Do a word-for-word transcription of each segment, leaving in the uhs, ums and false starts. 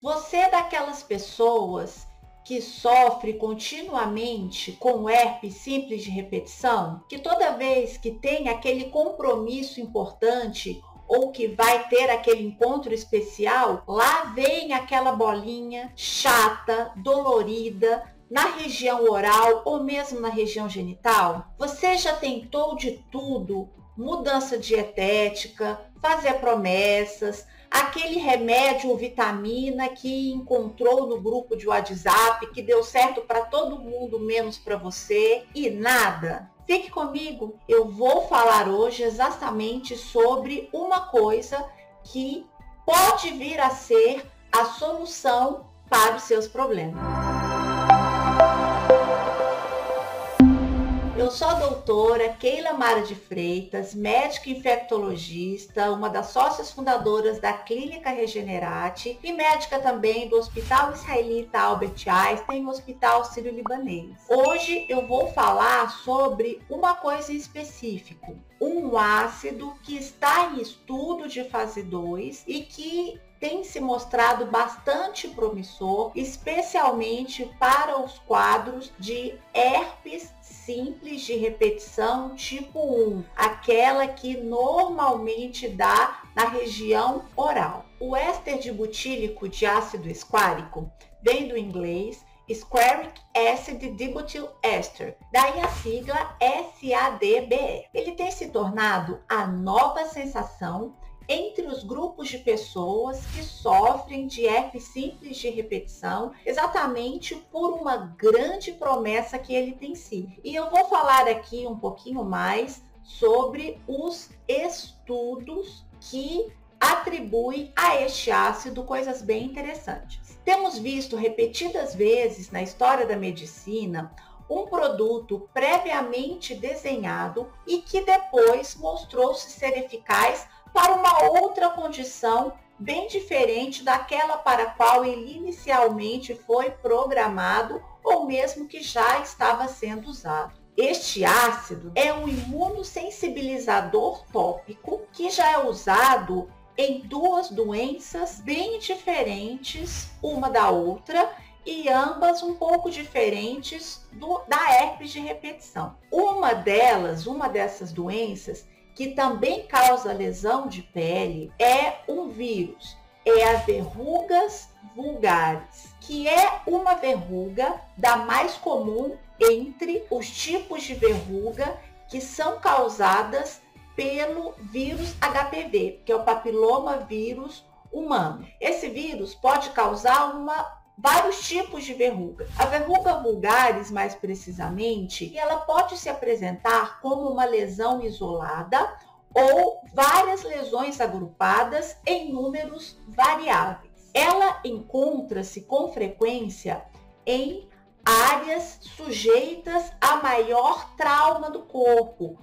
Você é daquelas pessoas que sofre continuamente com herpes simples de repetição? Que toda vez que tem aquele compromisso importante ou que vai ter aquele encontro especial, lá vem aquela bolinha chata, dolorida, na região oral ou mesmo na região genital? Você já tentou de tudo? Mudança dietética, fazer promessas, aquele remédio ou vitamina que encontrou no grupo de WhatsApp, que deu certo para todo mundo, menos para você, e nada. Fique comigo, eu vou falar hoje exatamente sobre uma coisa que pode vir a ser a solução para os seus problemas. Eu sou a doutora Keila Mara de Freitas, médica infectologista, uma das sócias fundadoras da Clínica Regenerate e médica também do Hospital Israelita Albert Einstein e Hospital Sírio-Libanês. Hoje eu vou falar sobre uma coisa em específico, um ácido que está em estudo de fase dois e que tem se mostrado bastante promissor, especialmente para os quadros de herpes simples de repetição tipo um, aquela que normalmente dá na região oral. O éster de butílico de ácido ascórico vem do inglês Squaric Acid Dibutyl Ester, daí a sigla S A D B E. Ele tem se tornado a nova sensação entre os grupos de pessoas que sofrem de herpes simples de repetição, exatamente por uma grande promessa que ele tem sido. E eu vou falar aqui um pouquinho mais sobre os estudos que atribuem a este ácido coisas bem interessantes. Temos visto repetidas vezes na história da medicina um produto previamente desenhado e que depois mostrou-se ser eficaz para uma outra condição bem diferente daquela para a qual ele inicialmente foi programado ou mesmo que já estava sendo usado. Este ácido é um imunossensibilizador tópico que já é usado em duas doenças bem diferentes uma da outra e ambas um pouco diferentes do, da herpes de repetição. Uma delas, uma dessas doenças, que também causa lesão de pele, é um vírus, é a verrugas vulgares, que é uma verruga da mais comum entre os tipos de verruga que são causadas pelo vírus H P V, que é o papiloma vírus humano. Esse vírus pode causar uma vários tipos de verruga. A verruga vulgaris, mais precisamente, ela pode se apresentar como uma lesão isolada ou várias lesões agrupadas em números variáveis. Ela encontra-se com frequência em áreas sujeitas a maior trauma do corpo,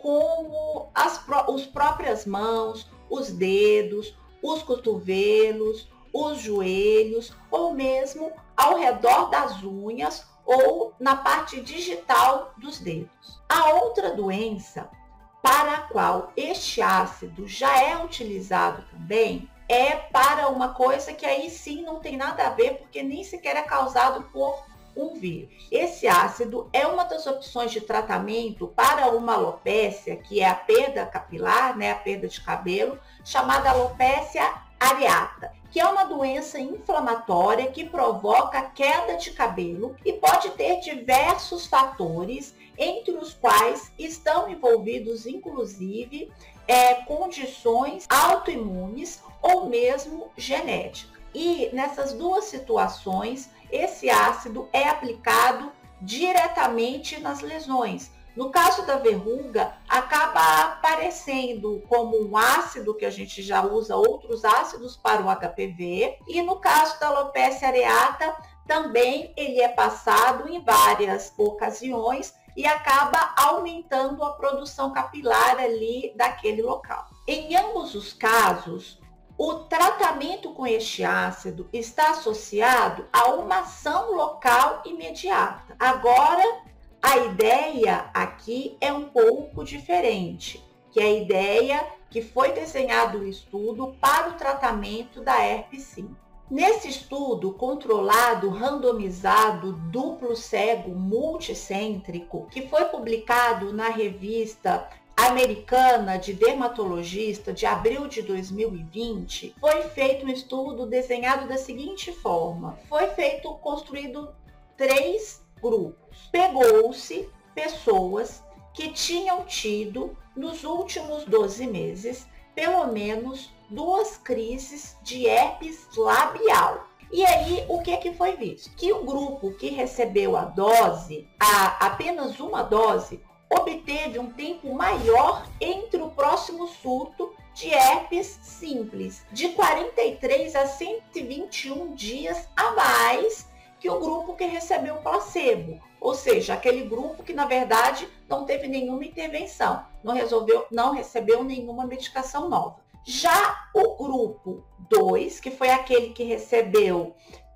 como as os próprias mãos, os dedos, os cotovelos, os joelhos ou mesmo ao redor das unhas ou na parte digital dos dedos. A outra doença para a qual este ácido já é utilizado também é para uma coisa que aí sim não tem nada a ver, porque nem sequer é causado por um vírus. Esse ácido é uma das opções de tratamento para uma alopécia, que é a perda capilar, né, a perda de cabelo, chamada alopécia areata, que é uma doença inflamatória que provoca queda de cabelo e pode ter diversos fatores, entre os quais estão envolvidos, inclusive, é, condições autoimunes ou mesmo genéticas. E nessas duas situações, esse ácido é aplicado diretamente nas lesões. No caso da verruga, acaba aparecendo como um ácido, que a gente já usa outros ácidos para o H P V, e no caso da alopécia areata, também ele é passado em várias ocasiões e acaba aumentando a produção capilar ali daquele local. Em ambos os casos, o tratamento com este ácido está associado a uma ação local imediata. Agora, a ideia aqui é um pouco diferente, que é a ideia que foi desenhado o estudo para o tratamento da herpes simples. Nesse estudo controlado, randomizado, duplo cego, multicêntrico, que foi publicado na revista Americana de Dermatologista de abril de dois mil e vinte, foi feito um estudo desenhado da seguinte forma. Foi feito, construído três grupos. Pegou-se pessoas que tinham tido, nos últimos doze meses, pelo menos duas crises de herpes labial. E aí, o que, que foi visto? Que o grupo que recebeu a dose, a, apenas uma dose, obteve um tempo maior entre o próximo surto de herpes simples, de quarenta e três a cento e vinte e um dias a mais que o grupo que recebeu placebo. Ou seja, aquele grupo que, na verdade, não teve nenhuma intervenção, não, resolveu, não recebeu nenhuma medicação nova. Já o grupo dois, que foi aquele que recebeu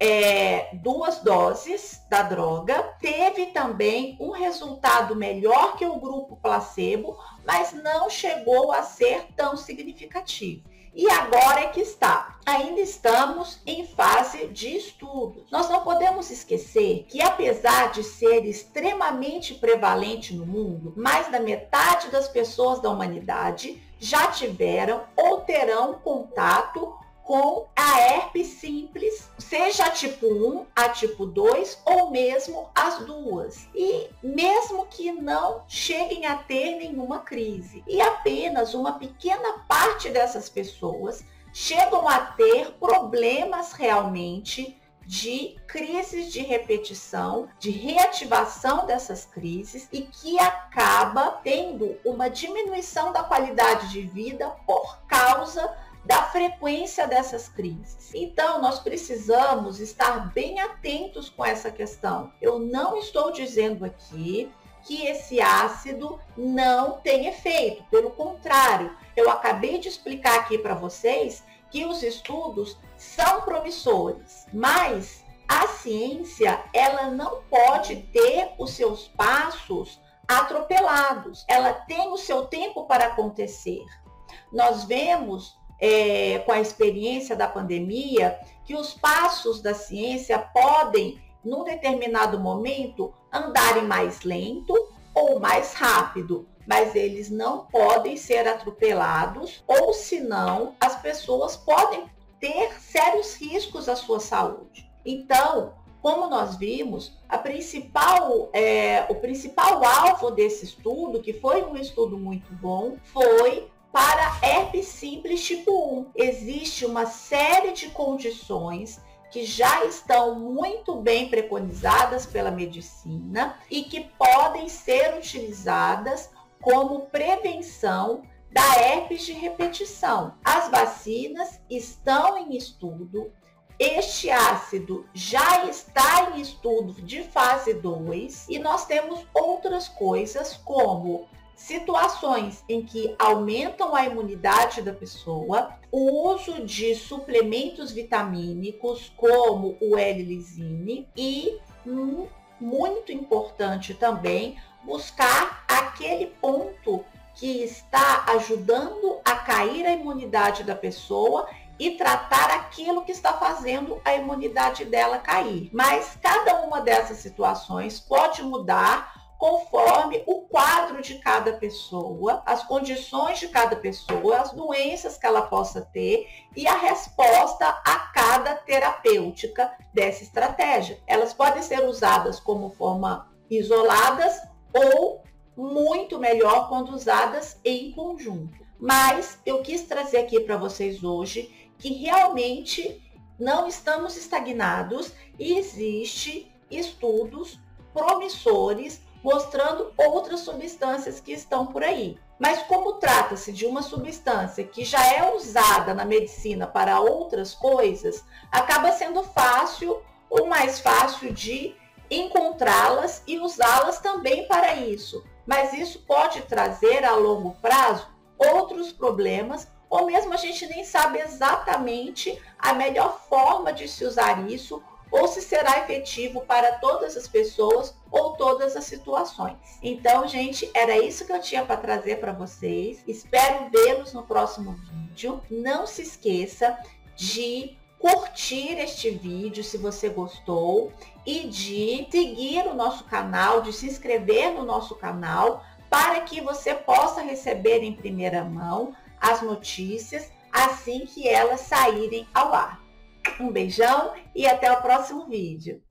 é, duas doses da droga, teve também um resultado melhor que o grupo placebo, mas não chegou a ser tão significativo. E agora é que está. Ainda estamos em fase de estudos. Nós não podemos esquecer que, apesar de ser extremamente prevalente no mundo, mais da metade das pessoas da humanidade já tiveram ou terão contato com a herpes simples, seja a tipo um, a tipo dois ou mesmo as duas. E mesmo que não cheguem a ter nenhuma crise. E apenas uma pequena parte dessas pessoas chegam a ter problemas realmente de crises de repetição, de reativação dessas crises e que acaba tendo uma diminuição da qualidade de vida por causa da frequência dessas crises. Então, nós precisamos estar bem atentos com essa questão. Eu não estou dizendo aqui que esse ácido não tem efeito, pelo contrário, eu acabei de explicar aqui para vocês que os estudos são promissores, mas a ciência, ela não pode ter os seus passos atropelados, ela tem o seu tempo para acontecer. Nós vemos É, com a experiência da pandemia, que os passos da ciência podem, num determinado momento, andarem mais lento ou mais rápido, mas eles não podem ser atropelados, ou senão as pessoas podem ter sérios riscos à sua saúde. Então, como nós vimos, a principal, é, o principal alvo desse estudo, que foi um estudo muito bom, foi para herpes simples tipo um. Existe uma série de condições que já estão muito bem preconizadas pela medicina e que podem ser utilizadas como prevenção da herpes de repetição. As vacinas estão em estudo. Este ácido já está em estudo de fase dois e nós temos outras coisas como situações em que aumentam a imunidade da pessoa, o uso de suplementos vitamínicos como o L-lisine e, hum, muito importante também, buscar aquele ponto que está ajudando a cair a imunidade da pessoa e tratar aquilo que está fazendo a imunidade dela cair. Mas cada uma dessas situações pode mudar conforme o quadro de cada pessoa, as condições de cada pessoa, as doenças que ela possa ter e a resposta a cada terapêutica dessa estratégia. Elas podem ser usadas como forma isoladas ou muito melhor quando usadas em conjunto. Mas eu quis trazer aqui para vocês hoje que realmente não estamos estagnados e existem estudos promissores mostrando outras substâncias que estão por aí. Mas como trata-se de uma substância que já é usada na medicina para outras coisas, acaba sendo fácil ou mais fácil de encontrá-las e usá-las também para isso. Mas isso pode trazer a longo prazo outros problemas, ou mesmo a gente nem sabe exatamente a melhor forma de se usar isso, ou se será efetivo para todas as pessoas ou todas as situações. Então, gente, era isso que eu tinha para trazer para vocês. Espero vê-los no próximo vídeo. Não se esqueça de curtir este vídeo se você gostou e de seguir o nosso canal, de se inscrever no nosso canal para que você possa receber em primeira mão as notícias assim que elas saírem ao ar. Um beijão e até o próximo vídeo.